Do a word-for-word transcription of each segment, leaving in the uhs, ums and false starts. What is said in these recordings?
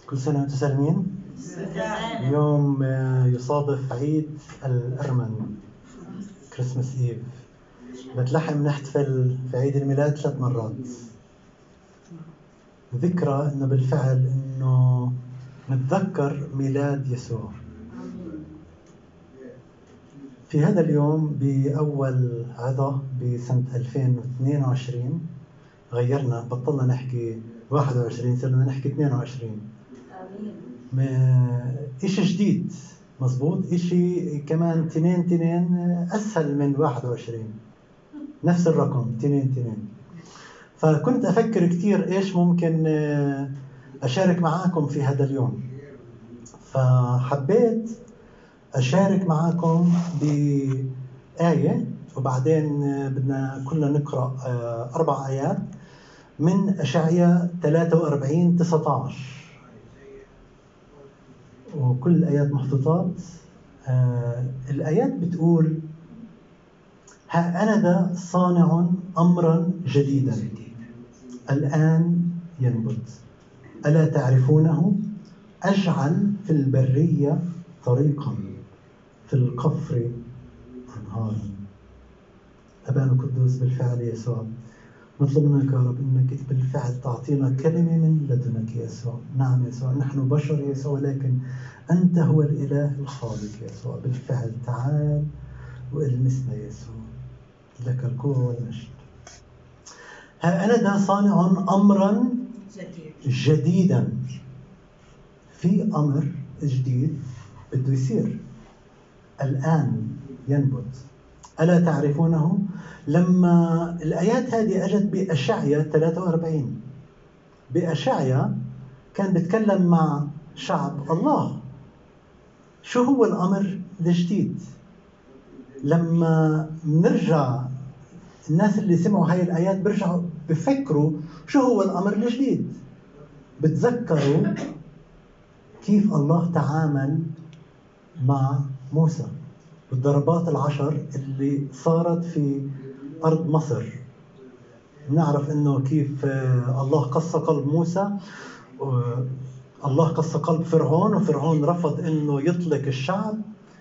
كل سنة وأنتم سالمين. اليوم يصادف عيد الأرمن كريسماس إيف. بتلحم نحتفل في عيد الميلاد ثلاث مرات. ذكرى إنه بالفعل إنه نتذكر ميلاد يسوع. في هذا اليوم بأول عظة بسنة ألفين واثنين وعشرين غيرنا، بطلنا نحكي واحد وعشرين، صرنا نحكي اثنين وعشرين. إشي جديد، مزبوط. إشي كمان تنين تنين أسهل من واحد وعشرين، نفس الرقم تنين تنين. فكنت أفكر كتير إيش ممكن أشارك معاكم في هذا اليوم، فحبيت أشارك معاكم بآية، وبعدين بدنا كلنا نقرأ أربع آيات من أشعياء ثلاثة وأربعين تسعة عشر، وكل الآيات محطوطات. آه الآيات بتقول: ها أنا ذا صانع أمرا جديدا الآن ينبت، ألا تعرفونه؟ أجعل في البرية طريقا، في القفر أنهارا. أبانا القدوس، بالفعل يسوع نطلب منك يا رب إنك بالفعل تعطينا كلمة من لدنك يا يسوع. نعم يسوع، نحن بشر يا يسوع، ولكن أنت هو الإله الخالق يا يسوع. بالفعل تعال والمسنا يا يسوع، لك القوة والمجد. ها أنا ذا صانع أمرا جديدا. في أمر جديد بده يصير الآن ينبت، ألا تعرفونه؟ لما الآيات هذه أجت بأشعياء ثلاثة وأربعين، بأشعياء كان بيتكلم مع شعب الله. شو هو الأمر الجديد؟ لما نرجع الناس اللي سمعوا هاي الآيات برجعوا بفكروا شو هو الأمر الجديد. بتذكروا كيف الله تعامل مع موسى والضربات العشر اللي صارت في أرض مصر. نعرف إنه كيف الله قص قلب موسى، الله قص قلب فرعون، وفرعون رفض إنه يطلق الشعب،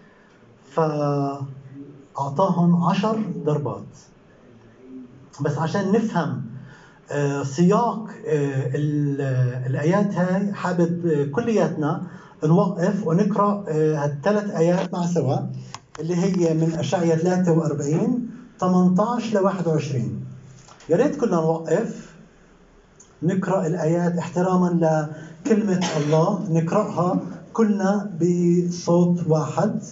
فأعطاهم عشر ضربات. بس عشان نفهم سياق الآيات هاي، حابب كلياتنا نوقف ونقرأ هالثلاث آيات مع سوا، اللي هي من أشعياء ثلاثة وأربعين ثمانية عشر ل واحد وعشرين. يا ريت كلنا نوقف نقرأ الآيات احتراما لكلمة الله، نقرأها كلنا بصوت واحد.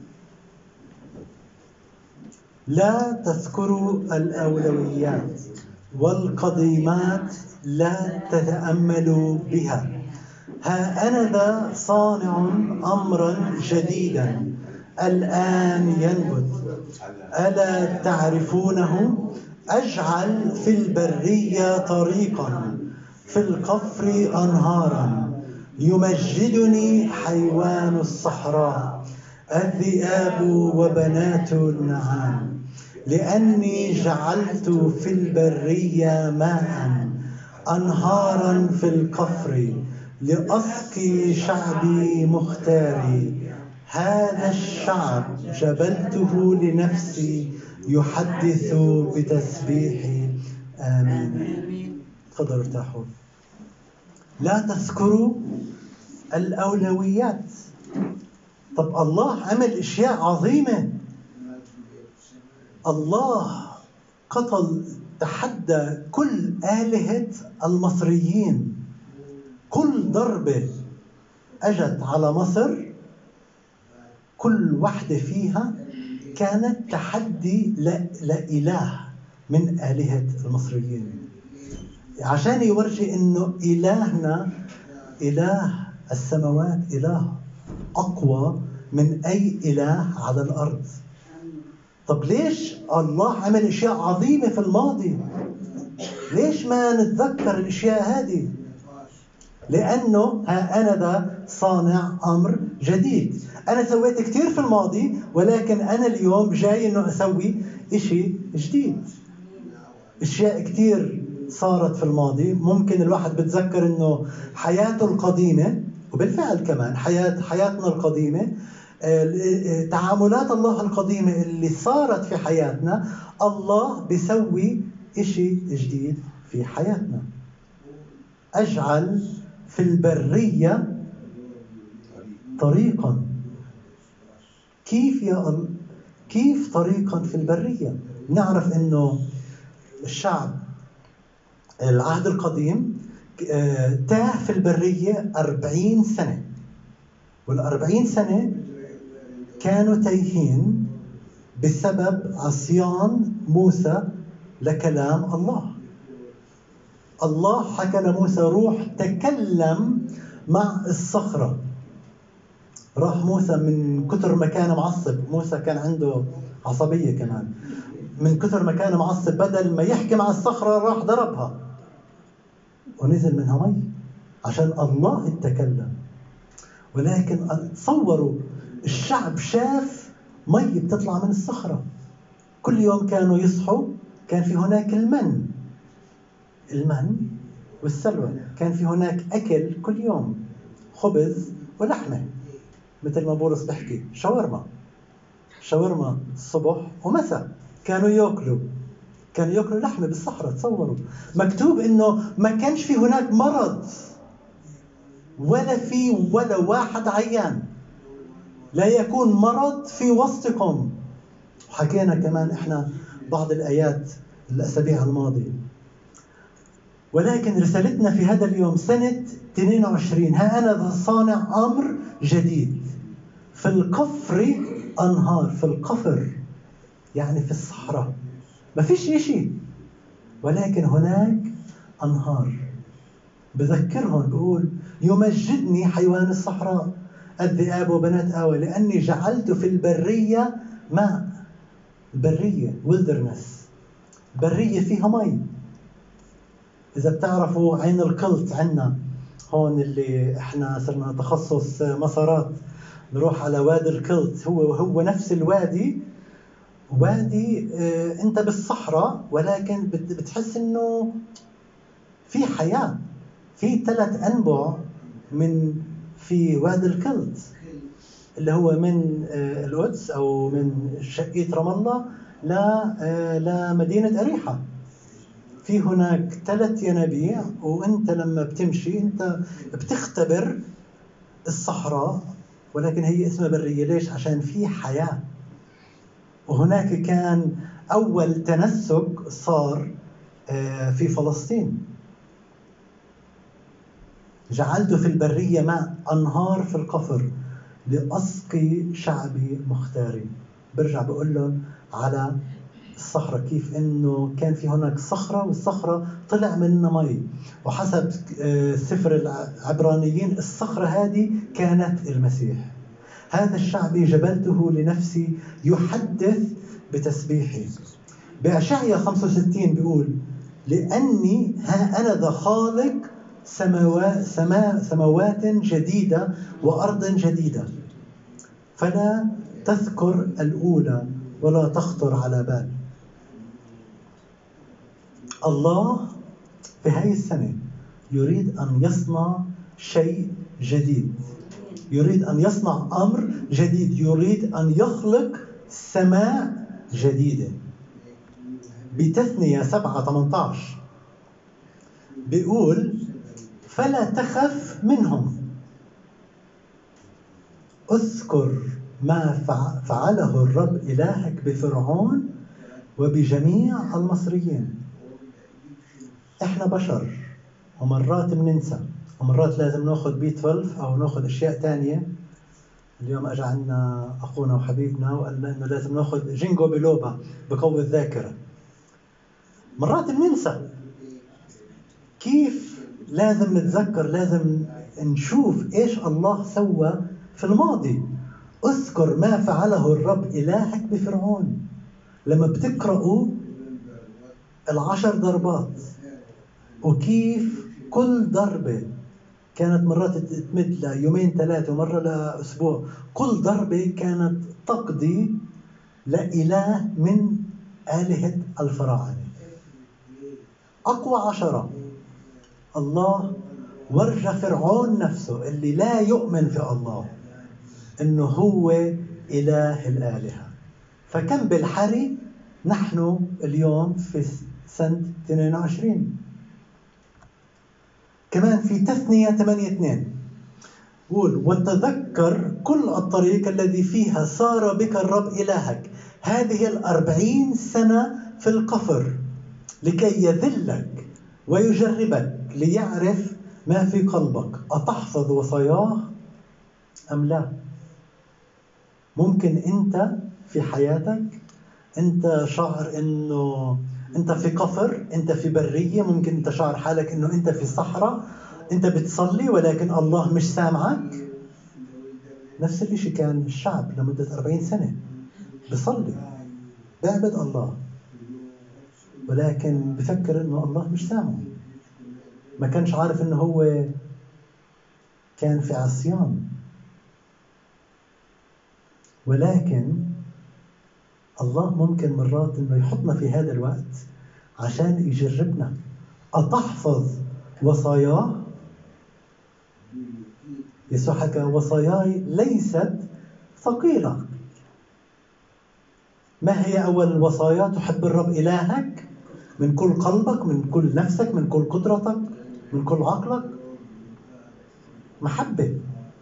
لا تذكروا الأولويات والقديمات، لا تتأملوا بها. ها أنا ذا صانع أمرا جديدا الآن ينبت، ألا تعرفونه؟ أجعل في البرية طريقا، في القفر أنهارا. يمجدني حيوان الصحراء، الذئاب وبنات النعام، لأني جعلت في البرية ماء، أنهارا في القفر، لأسقي شعبي مختاري. هذا الشعب جبلته لنفسي، يحدث بتسبيحي. آمين. تفضلوا ارتاحوا. لا تذكروا الأولويات. طب الله عمل أشياء عظيمة. الله قتل تحدى كل آلهة المصريين. كل ضربة أجت على مصر، كل واحدة فيها كانت تحدي لإله من آلهة المصريين، عشان يورجي إنه إلهنا إله السماوات، إله أقوى من أي إله على الأرض. طب ليش الله عمل أشياء عظيمة في الماضي؟ ليش ما نتذكر الأشياء هذه؟ لأنه ها أنا ذا صانع أمر جديد. أنا سويت كتير في الماضي، ولكن أنا اليوم جاي إنه أسوي إشي جديد. أشياء كتير صارت في الماضي. ممكن الواحد بتذكر انه حياته القديمة، وبالفعل كمان حياة حياتنا القديمة، تعاملات الله القديمة اللي صارت في حياتنا، الله بيسوي إشي جديد في حياتنا. أجعل في البرية طريقا. كيف يا الله؟ كيف طريقا في البرية؟ نعرف إنه الشعب العهد القديم تاه في البرية أربعين سنة، والأربعين سنة كانوا تايهين بسبب عصيان موسى لكلام الله. الله حكى لموسى روح تكلم مع الصخرة. راح موسى من كتر ما كان معصب، موسى كان عنده عصبية كمان، من كتر ما كان معصب بدل ما يحكي مع الصخرة راح ضربها ونزل منها مي عشان الله يتكلم. ولكن تصوروا الشعب شاف مي بتطلع من الصخرة. كل يوم كانوا يصحوا كان في هناك المن المن والسلوى، كان في هناك أكل كل يوم، خبز ولحمة، مثل ما بولس بحكي شاورما شاورما الصبح ومساء كانوا يأكلوا كانوا يأكلوا لحمة بالصحراء. تصوروا مكتوب إنه ما كانش في هناك مرض ولا في ولا واحد عيان، لا يكون مرض في وسطكم. وحكينا كمان إحنا بعض الآيات الأسابيع الماضية. ولكن رسالتنا في هذا اليوم سنة اثنين وعشرين، ها أنا صانع أمر جديد في القفر أنهار. في القفر يعني في الصحراء ما فيش إشي، ولكن هناك أنهار. بذكرهم بقول يمجدني حيوان الصحراء الذئاب وبنات آوى لأني جعلت في البرية ماء. البرية wilderness، برية فيها مي. إذا بتعرفوا عين القلط عنا هون اللي إحنا صرنا تخصص مسارات نروح على وادي القلط، هو هو نفس الوادي، وادي اه أنت بالصحراء ولكن بتحس إنه في حياة. في ثلاث أنبع من في وادي القلط اللي هو من اه القدس أو من شقية رام الله لا اه لمدينة أريحة. في هناك ثلاث ينابيع، وانت لما بتمشي انت بتختبر الصحراء، ولكن هي اسمها برية. ليش؟ عشان في حياة. وهناك كان اول تنسك صار في فلسطين. جعلت في البرية ماء أنهار في القفر لأسقي شعبي مختاري. برجع بقول لهم على الصخرة، كيف إنه كان في هناك صخرة والصخرة طلع منها مي. وحسب سفر العبرانيين الصخرة هذه كانت المسيح. هذا الشعب جبلته لنفسي يحدث بتسبيحي. بأشعياء خمسة وستين بيقول لأني ها أنا ذا خالق سماوات, سما سماوات جديدة وأرض جديدة فلا تذكر الأولى ولا تخطر على بال. الله في هذه السنة يريد أن يصنع شيء جديد، يريد أن يصنع أمر جديد، يريد أن يخلق سماء جديدة. بتثنية سبعة ثمانية عشر بيقول فلا تخف منهم، اذكر ما فعله الرب إلهك بفرعون وبجميع المصريين. احنا بشر ومرات بننسى، ومرات لازم ناخذ بي اثناشر او ناخذ اشياء تانية. اليوم اجى عنا اخونا وحبيبنا وقال لنا انه لازم ناخذ جينجو بلوبا بقوي الذاكرة. مرات بننسى. كيف لازم نتذكر؟ لازم نشوف ايش الله سوى في الماضي. اذكر ما فعله الرب إلهك بفرعون. لما بتقرأوا العشر ضربات وكيف كل ضربة كانت مرات تمد ليومين ثلاثة ومرة لأسبوع، كل ضربة كانت تقضي لإله من آلهة الفراعنة. أقوى عشرة. الله ورجى فرعون نفسه اللي لا يؤمن في الله إنه هو إله الآلهة. فكم بالحري نحن اليوم في سنة اثنين وعشرين. كمان في تثنية ثمانية اثنين قول: وتذكر كل الطريق الذي فيها سار بك الرب إلهك هذه الأربعين سنة في القفر لكي يذلك ويجربك ليعرف ما في قلبك أتحفظ وصاياه أم لا. ممكن أنت في حياتك أنت شعر أنه أنت في قفر، أنت في برية، ممكن أنت شعر حالك أنه أنت في صحراء، أنت بتصلي ولكن الله مش سامعك. نفس الشيء كان الشعب لمدة أربعين سنة بصلي بيعبد الله، ولكن بفكر أنه الله مش سامعه. ما كانش عارف أنه هو كان في عصيان. ولكن الله ممكن مرات أنه يحطنا في هذا الوقت عشان يجربنا. أتحفظ وصاياه؟ يسوع حكى: وصاياي ليست ثقيلة. ما هي أول الوصايا؟ تحب الرب إلهك من كل قلبك، من كل نفسك، من كل قدرتك، من كل عقلك. محبة.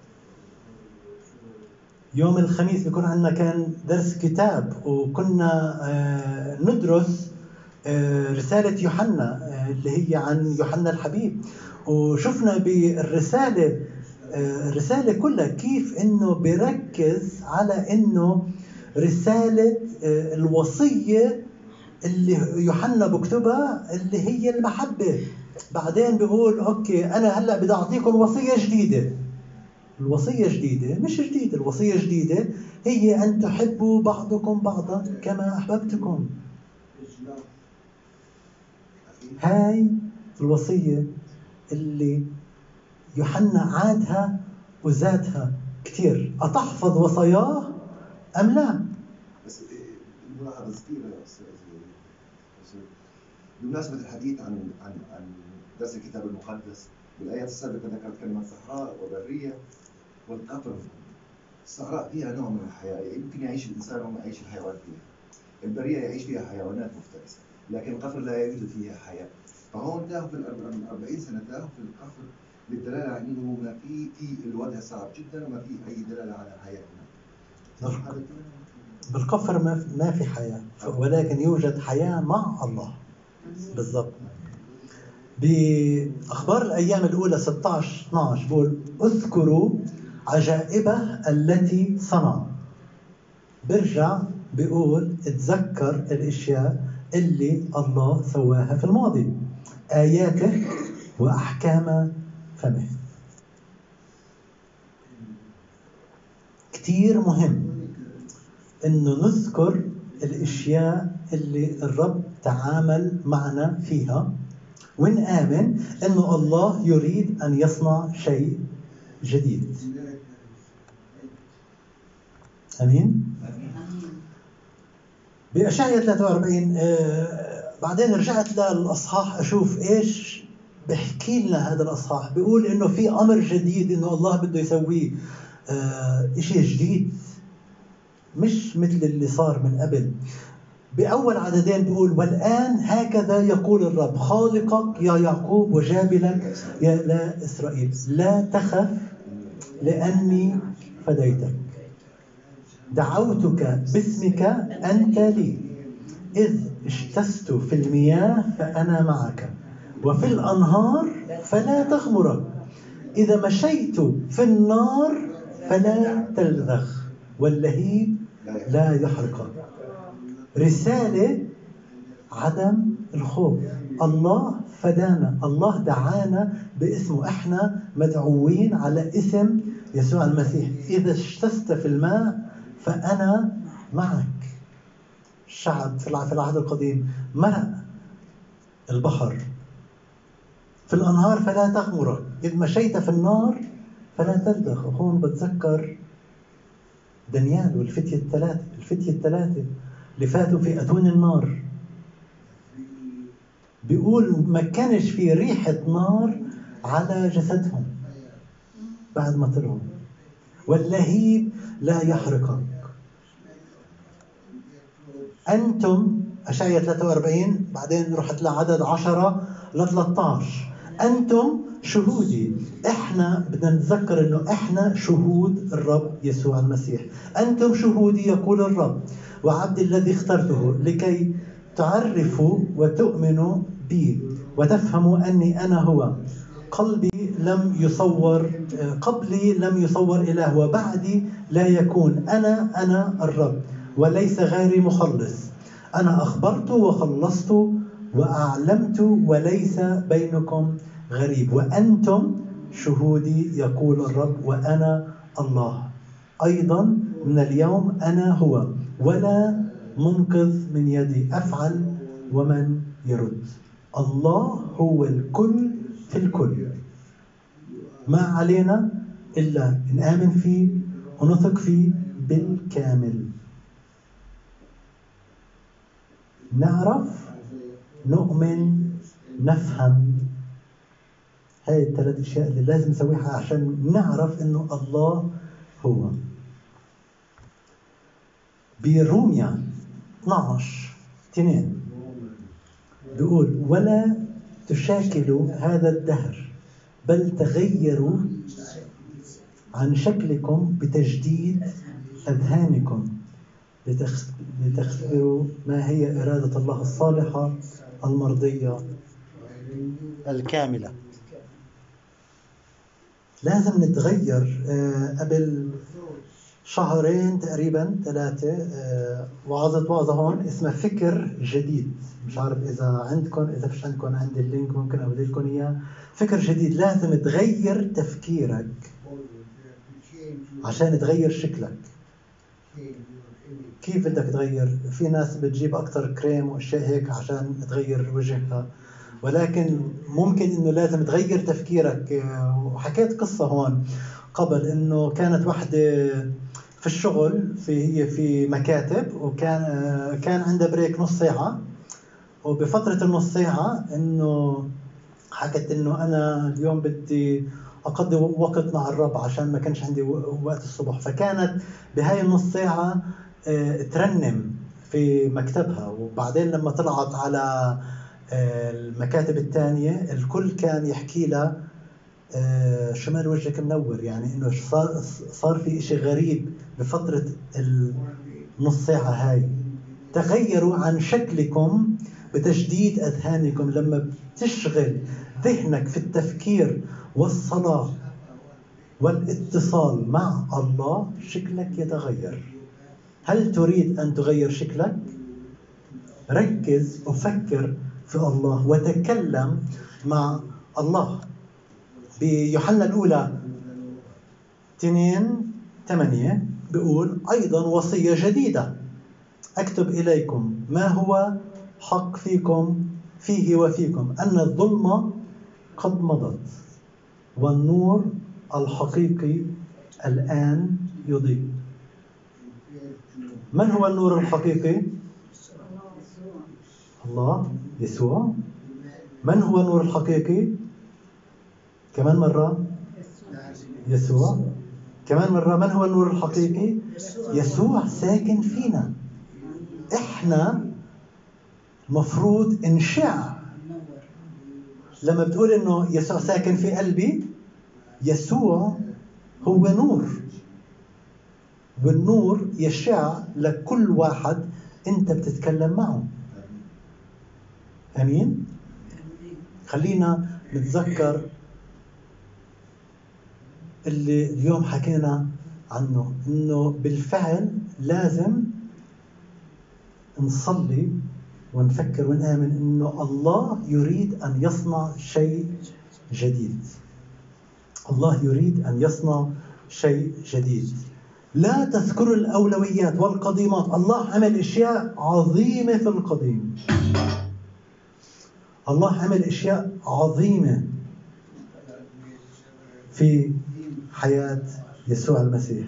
يوم الخميس بيكون عندنا كان درس كتاب، وكنا آه ندرس آه رسالة يوحنا آه اللي هي عن يوحنا الحبيب، وشفنا بالرسالة آه الرسالة كلها كيف إنه بيركز على إنه رسالة آه الوصية اللي يوحنا بكتبها اللي هي المحبة. بعدين بيقول أوكي أنا هلأ بدي أعطيكم وصية جديدة. الوصية جديدة مش جديدة، الوصية جديدة هي أن تحبوا بعضكم بعضا كما أحببتكم. هاي الوصية اللي يوحنا عادها وزادها كتير. أتحفظ وصاياه أم لا؟ بس ملاحظة صغيرة بمناسبة الحديث عن عن عن درس الكتاب المقدس، بالآيات السابقة ذكرت كلمة صحراء وبرية والقفر. الصحراء فيها نوع من الحياة، يمكن يعيش الإنسان وما يعيش الحيوان فيها. البرية يعيش فيها حيوانات مفترسة، لكن القفر لا يوجد فيها حياة. فهون تاهوا في الأربعين سنة تاهوا في القفر للدلالة على إنه ما في في الوضع صعب جدا وما في أي دلالة على حياتنا. بالقفر ما ما في حياة، ولكن يوجد حياة مع الله. بالضبط. بأخبار الأيام الأولى ستة عشر اثناشر بقول: اذكروا عجائبه التي صنع. برجع بيقول اتذكر الاشياء اللي الله سواها في الماضي، آياته وأحكام فمه. كتير مهم إنه نذكر الاشياء اللي الرب تعامل معنا فيها، ونآمن إنه الله يريد أن يصنع شيء جديد. أمين؟ بأشعياء ثلاثة وأربعين آه بعدين رجعت للأصحاح أشوف إيش بحكي لنا هذا الأصحاح. بيقول إنه في أمر جديد إنه الله بده يسويه، آه إشي جديد مش مثل اللي صار من قبل. بأول عددين بيقول: والآن هكذا يقول الرب خالقك يا يعقوب وجابلك يا لا إسرائيل، لا تخف لأني فديتك، دعوتك باسمك أنت لي، إذ اجتزت في المياه فأنا معك، وفي الأنهار فلا تغمرك، إذا مشيت في النار فلا تلذخ، واللهيب لا يحرقك. رسالة عدم الخوف. الله فدانا، الله دعانا باسمه، احنا مدعوين على اسم يسوع المسيح. إذا اجتزت في الماء فأنا معك. الشعب في العهد القديم مرق البحر. في الأنهار فلا تغمرك، إذ مشيت في النار فلا تلدخ. هون بتذكر دانيال والفتية الثلاثة، الفتية الثلاثة اللي فاتوا في أتون النار. بيقول ما كانش في ريحة نار على جسدهم بعد ما طلعوا، واللهيب لا يحرقك. أنتم أشعياء ثلاثة وأربعين بعدين رحت لعدد عشرة ل ثلاثة عشر. أنتم شهودي. إحنا بدنا نتذكر إنه إحنا شهود الرب يسوع المسيح. أنتم شهودي يقول الرب وعبد الذي اخترته لكي تعرفوا وتؤمنوا بي وتفهموا أني أنا هو. قلبي لم يصور قبلي لم يصور إله وبعدي لا يكون. أنا أنا الرب وليس غيري مخلص. أنا أخبرت وخلصت وأعلمت وليس بينكم غريب. وأنتم شهودي يقول الرب وأنا الله. أيضا من اليوم أنا هو ولا منقذ من يدي. أفعل ومن يرد. الله هو الكل في الكل. ما علينا إلا نآمن فيه ونثق فيه بالكامل. نعرف، نؤمن، نفهم. هاي الثلاث أشياء اللي لازم نسويها عشان نعرف إنه الله هو. بروميا اثناشر اثنين بيقول ولا تشاكلوا هذا الدهر بل تغيروا عن شكلكم بتجديد أذهانكم لتختبروا ما هي إرادة الله الصالحة المرضية الكاملة. لازم نتغير. آه قبل شهرين تقريبا ثلاثة آه وعظت وعظة هون اسمها فكر جديد. مش عارف إذا عندكم، إذا مش عندكم عندي اللينك ممكن أودي لكم إياه. فكر جديد. لازم تغير تفكيرك عشان تغير شكلك. كيف بدك تغير؟ في ناس بتجيب أكتر كريم وأشياء هيك عشان تغير وجهها، ولكن ممكن إنه لازم تغير تفكيرك. وحكيت قصة هون قبل إنه كانت واحدة في الشغل في هي في مكاتب وكان كان عندها بريك نص ساعة، وبفترة النص ساعة إنه حكت إنه أنا اليوم بدي أقضي وقت مع الرب عشان ما كانش عندي وقت الصبح. فكانت بهاي النص ساعة ترنم في مكتبها. وبعدين لما طلعت على المكاتب الثانية الكل كان يحكي لها شمال وجهك منور، يعني إنه صار صار في إشي غريب بفترة النص ساعة هاي. تغيروا عن شكلكم بتجديد أذهانكم. لما بتشغل ذهنك في التفكير والصلاة والاتصال مع الله شكلك يتغير. هل تريد أن تغير شكلك؟ ركز وفكر في الله وتكلم مع الله. بيوحنا الأولى اثنين ثمانية بيقول أيضا وصية جديدة أكتب إليكم ما هو حق فيكم فيه وفيكم أن الظلمة قد مضت والنور الحقيقي الآن يضيء. من هو النور الحقيقي؟ الله يسوع. من هو النور الحقيقي؟ كمان مرة يسوع. كمان مرة من هو النور الحقيقي؟ يسوع ساكن فينا. إحنا مفروض نشع. لما بتقول إنه يسوع ساكن في قلبي، يسوع هو نور، والنور يشع لكل واحد أنت بتتكلم معه. أمين؟ خلينا نتذكر اللي اليوم حكينا عنه، إنه بالفعل لازم نصلي ونفكر ونآمن إنه الله يريد أن يصنع شيء جديد. الله يريد أن يصنع شيء جديد. لا تذكروا الأولويات والقديمات. الله عمل أشياء عظيمة في القديم. الله عمل أشياء عظيمة في حياة يسوع المسيح.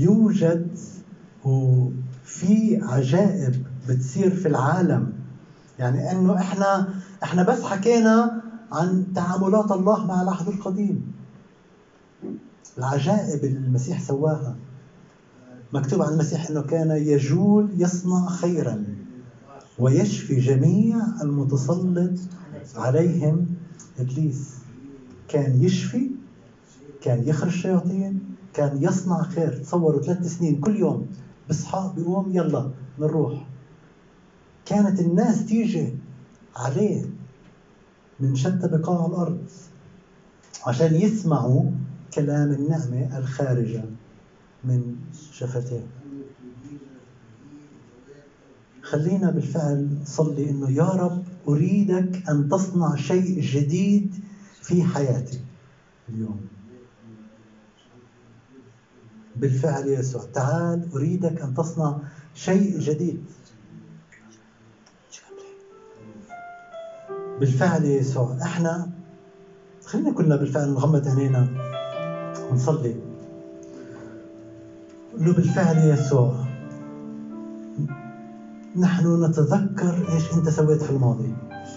يوجد وفي عجائب بتصير في العالم يعني انه احنا احنا بس حكينا عن تعاملات الله مع العهد القديم، العجائب اللي المسيح سواها. مكتوب عن المسيح انه كان يجول يصنع خيرا ويشفي جميع المتسلط عليهم ابليس. كان يشفي، كان يخرج الشياطين، كان يصنع خير. تصوروا ثلاث سنين كل يوم بصحى بيقوم يلا نروح. كانت الناس تيجي عليه من شتى بقاع الأرض عشان يسمعوا كلام النعمة الخارجة من شفتيه. خلينا بالفعل صلي إنه يا رب أريدك أن تصنع شيء جديد في حياتي اليوم. بالفعل يا يسوع تعال أريدك أن تصنع شيء جديد. بالفعل يا يسوع احنا خلينا كلنا بالفعل نغمض عينينا ونصلي. انه بالفعل يا يسوع نحن نتذكر ايش انت سويت في الماضي.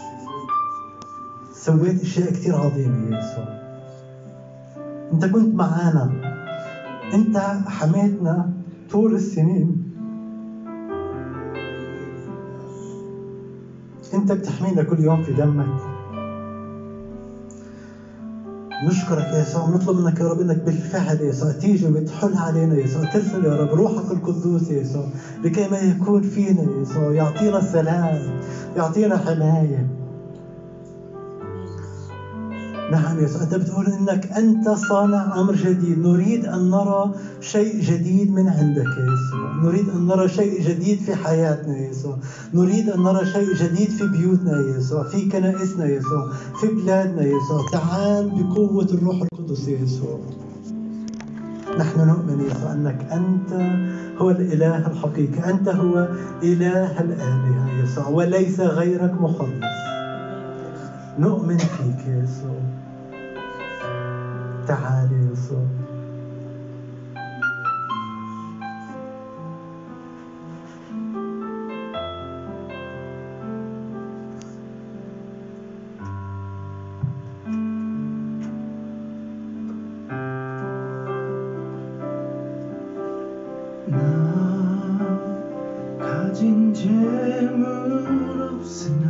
سويت اشياء كثير عظيمة يا يسوع. انت كنت معانا، انت حميتنا طول السنين، انت بتحمينا كل يوم في دمك. نشكرك يا يسوع ونطلب منك يا رب انك بالفعل يا يسوع تيجي وتحل علينا يا يسوع. ترسل يا رب روحك القدوس يا يسوع لكي ما يكون فينا يا يسوع، يعطينا سلام، يعطينا حماية. نعم يا يسوع، انت بتقول انك انت صانع امر جديد. نريد ان نرى شيء جديد من عندك يا يسوع. نريد ان نرى شيء جديد في حياتنا يا يسوع. نريد ان نرى شيء جديد في بيوتنا يا يسوع، في كنائسنا يا يسوع، في بلادنا يا يسوع. تعال بقوة الروح القدس يا يسوع. نحن نؤمن يا يسوع انك انت هو الاله الحقيقي، انت هو اله الالهه يا يسوع وليس غيرك مخلص. نؤمن فيك يا يسوع. تعال يا يسوع. 가진 재물 없으나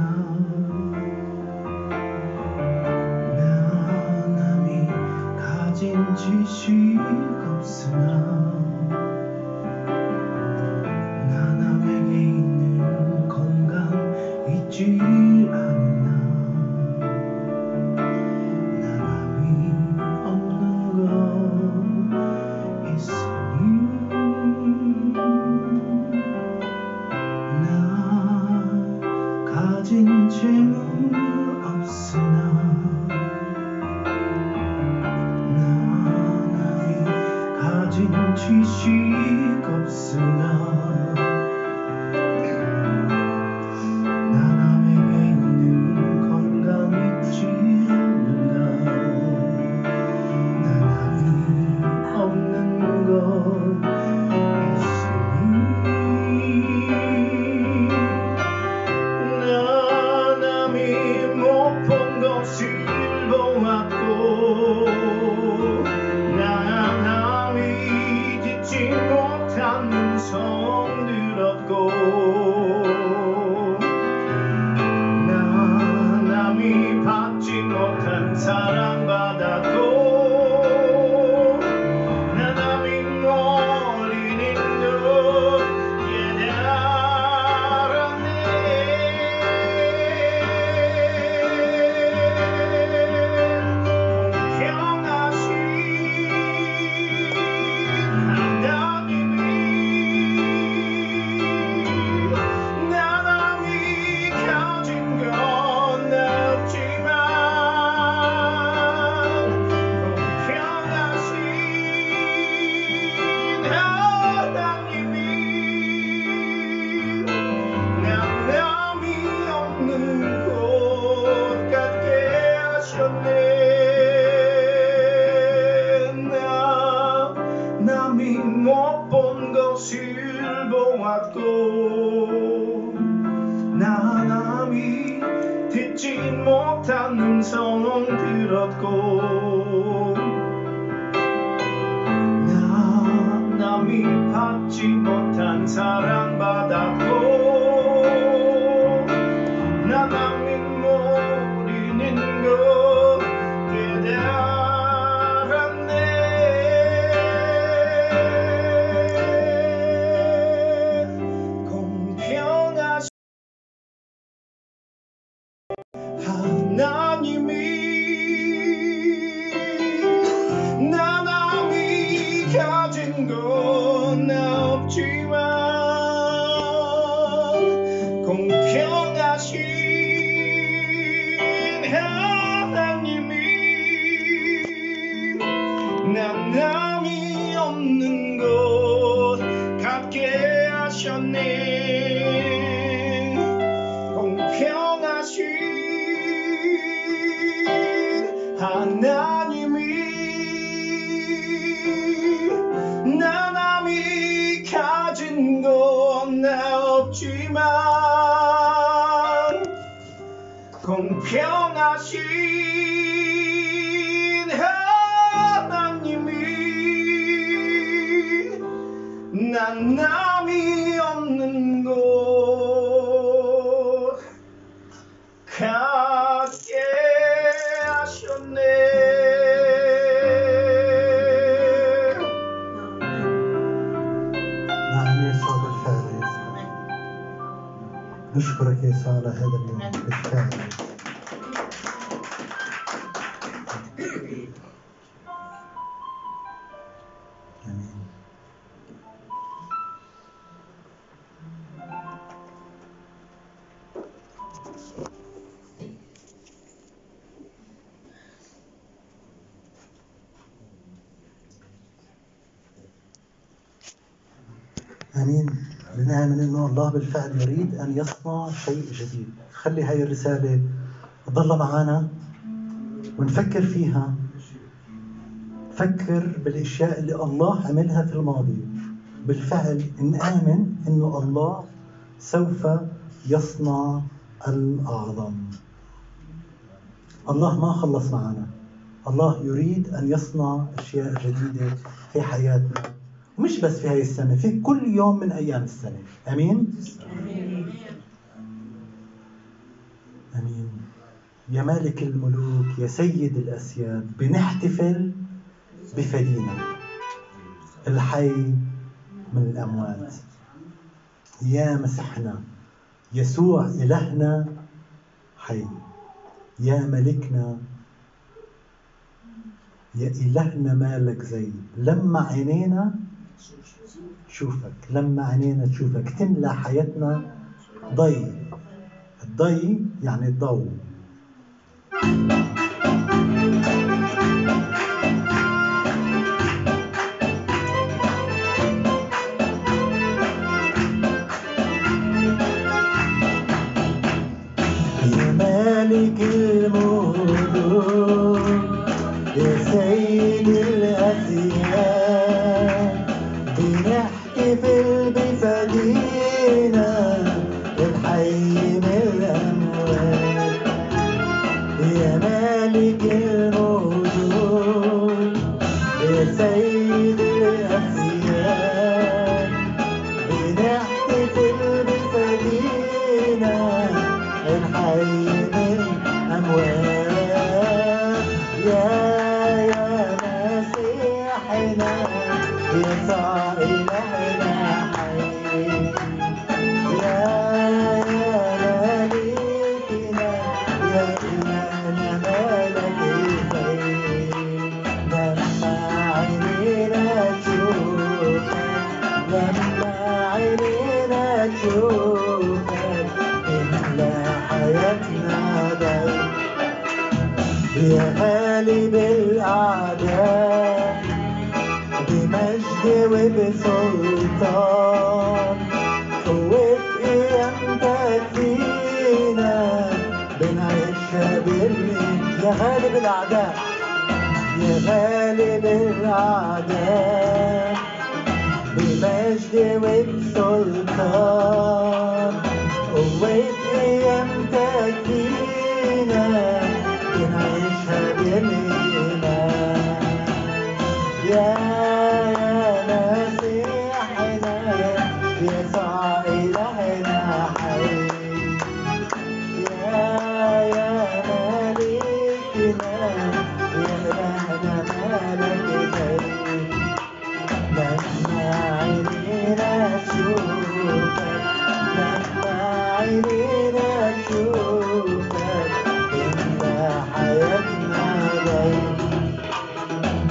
나 남이 가진 지식 없으나 나 남에게 있는 건강 있지 않나 나 남이 없는 것 있으니 가진 재물 없으나 나 남이 가진 지식 없으나 나 남에게 있는 건강 있지 않는다 나 남이 없는 것 나 남이 마음이 듣지 못한 음성 들었고 나 남이 받지 못한 사랑받았고 나 남이 모르는 것 깨달았네. 공평하신 하나님이 나 남이 가진 건 없지만 공평하신 하나님이 난 남이 없는 것 갖게 하셨네. 공평하신 하나님이 나 남이 가진 건 없지만 공평하신 하나님이 난 남이 없는 곳 갖게 하셨네. نعم يسوع بالفعل يا يسوع. نشكرك يا يسوع على هذا اليوم بالفعل. آمين. آمين. لنعمل إنه الله بالفعل يريد أن يصنع شيء جديد. خلي هاي الرسالة تضل معنا ونفكر فيها. فكر بالأشياء اللي الله عملها في الماضي. بالفعل نآمن إنه الله سوف يصنع الأعظم. الله ما خلص معنا. الله يريد أن يصنع أشياء جديدة في حياتنا. مش بس في هاي السنة، في كل يوم من أيام السنة. أمين؟ أمين. يا مالك الملوك، يا سيد الأسياد، بنحتفل بفدينا الحي من الأموات. يا مسيحنا، يسوع إلهنا حي. يا ملكنا، يا إلهنا مالك زي. لما عينينا تشوفك، لما عينينا تشوفك تملى حياتنا ضي. الضي يعني الضوء. يا مالك الملوك، يا سيد الأسياد، بنحتفل بفدينا الحي من الأموات. يا مالك الموجود، يا سيد الأسياد، بنحتفل بفدينا الحي من الأموات. يا يا مسيحنا، يسوع إلهنا حي. يا يا ملكنا، يا إلهنا مالك زي. لما عينينا تشوفك، لما عينينا تشوفك تملى حياتنا ضي. يا غالب الأعداء، بمجد وبسلطان، قوة قيامتك فينا بنعيشها بالإيمان. يا غالب الأعداء، يا غالب الأعداء، بمجد وبسلطان، قوة قيامتك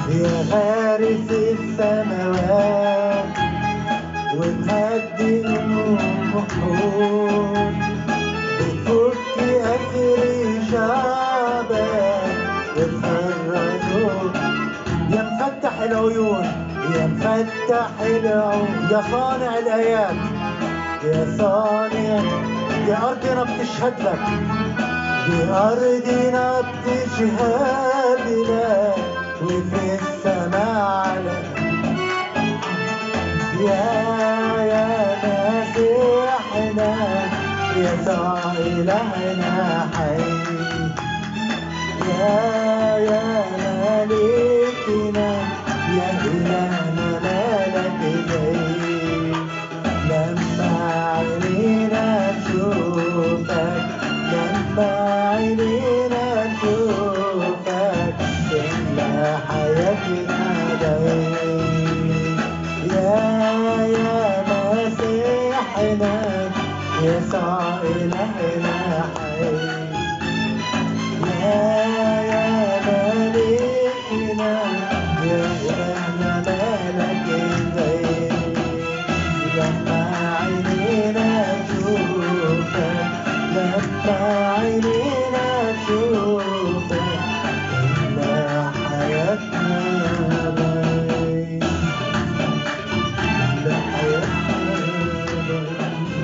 يا غارس السماوات ومهدي البحور، بتفك أسر شعبك وتفرجوا. يا مفتح العيون يا مفتح العيون، يا صانع الآيات يا صانع، يا أرضنا بتشهد لك، يا أرضنا بتشهد لك، وفي السماء لك. يا يا مسيحنا يسوع إلهنا حي، يا يا ملكنا يا إلهنا مالك زي. لما عينينا نشوفك لما عينينا نشوفك تملى حياتنا دايم. يا يا مسيحنا يسوع إلهنا حي، يا يا ملكنا يا إلهنا مالك زي. لما عينينا نشوفك لما عينينا نشوفك إلا حياتنا باين، إلا حياتنا باين.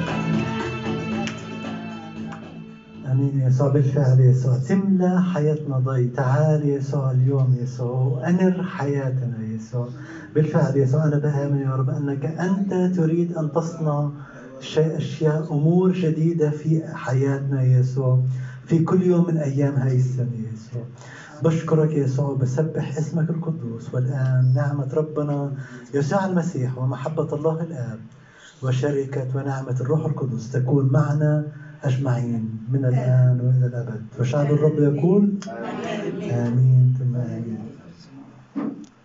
آمين يا يسوع. بالفعل يسوع تملى حياتنا ضي. تعال يسوع اليوم يسوع وأنر حياتنا يسوع. بالفعل يسوع أنا بآمن يا رب أنك أنت تريد أن تصنع شيء أشياء أمور جديدة في حياتنا يسوع في كل يوم من أيام هاي السنة يسوع. بشكرك يسوع وبسبح اسمك القدوس. والآن نعمة ربنا يسوع المسيح ومحبة الله الآب وشركة ونعمة الروح القدس تكون معنا أجمعين من الآن وإلى الأبد. وشعب الرب يقول آمين. آمين.